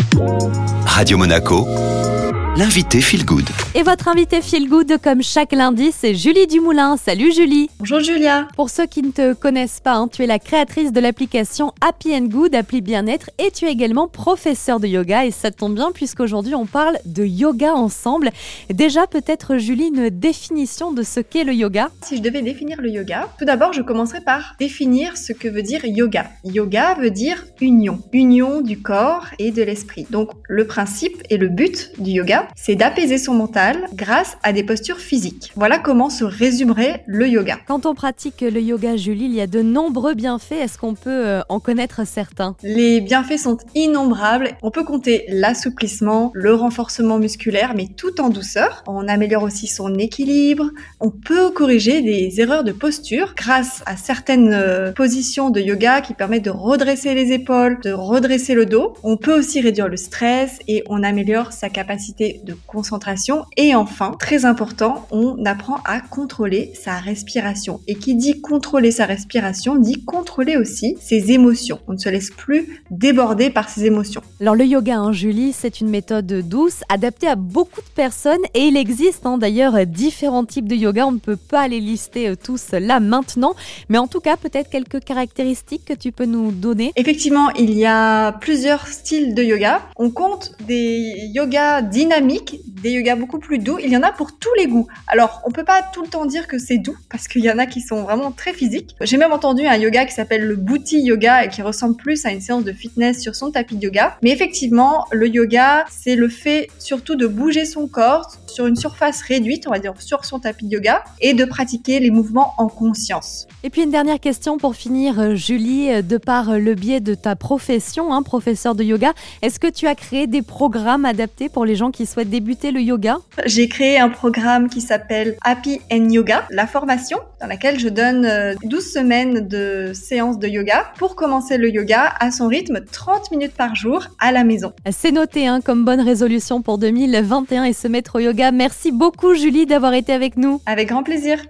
Radio Monaco, l'invité Feel Good. Et votre invité Feel Good, comme chaque lundi, c'est Julie Dumoulin. Salut Julie. Bonjour Julia. Pour ceux qui ne te connaissent pas, tu es la créatrice de l'application Happy & Good, appli bien-être, et tu es également professeure de yoga. Et ça tombe bien puisqu'aujourd'hui on parle de yoga ensemble. Déjà peut-être Julie, une définition de ce qu'est le yoga. Si je devais définir le yoga, tout d'abord je commencerai par définir ce que veut dire yoga. Yoga veut dire union. Union du corps et de l'esprit. Donc le principe et le but du yoga, c'est d'apaiser son mental grâce à des postures physiques. Voilà comment se résumerait le yoga. Quand on pratique le yoga, Julie, il y a de nombreux bienfaits. Est-ce qu'on peut en connaître certains ? Les bienfaits sont innombrables. On peut compter l'assouplissement, le renforcement musculaire, mais tout en douceur. On améliore aussi son équilibre. On peut corriger des erreurs de posture grâce à certaines positions de yoga qui permettent de redresser les épaules, de redresser le dos. On peut aussi réduire le stress et on améliore sa capacité de concentration. Et enfin, très important, on apprend à contrôler sa respiration. Et qui dit contrôler sa respiration, dit contrôler aussi ses émotions. On ne se laisse plus déborder par ses émotions. Alors le yoga, Julie, c'est une méthode douce, adaptée à beaucoup de personnes. Et il existe d'ailleurs différents types de yoga. On ne peut pas les lister tous là maintenant. Mais en tout cas, peut-être quelques caractéristiques que tu peux nous donner. Effectivement, il y a plusieurs styles de yoga. On compte des yogas dynamiques, des yogas beaucoup plus doux. Il y en a pour tous les goûts. Alors, on peut pas tout le temps dire que c'est doux parce qu'il y en a qui sont vraiment très physiques. J'ai même entendu un yoga qui s'appelle le booty yoga et qui ressemble plus à une séance de fitness sur son tapis de yoga. Mais effectivement, le yoga, c'est le fait surtout de bouger son corps sur une surface réduite, on va dire sur son tapis de yoga, et de pratiquer les mouvements en conscience. Et puis une dernière question pour finir, Julie, de par le biais de ta profession, professeur de yoga, est-ce que tu as créé des programmes adaptés pour les gens qui souhaitent débuter le yoga ? J'ai créé un programme qui s'appelle Happy & Yoga, la formation, dans laquelle je donne 12 semaines de séances de yoga pour commencer le yoga à son rythme, 30 minutes par jour à la maison. C'est noté comme bonne résolution pour 2021 et se mettre au yoga. Merci beaucoup Julie d'avoir été avec nous. Avec grand plaisir.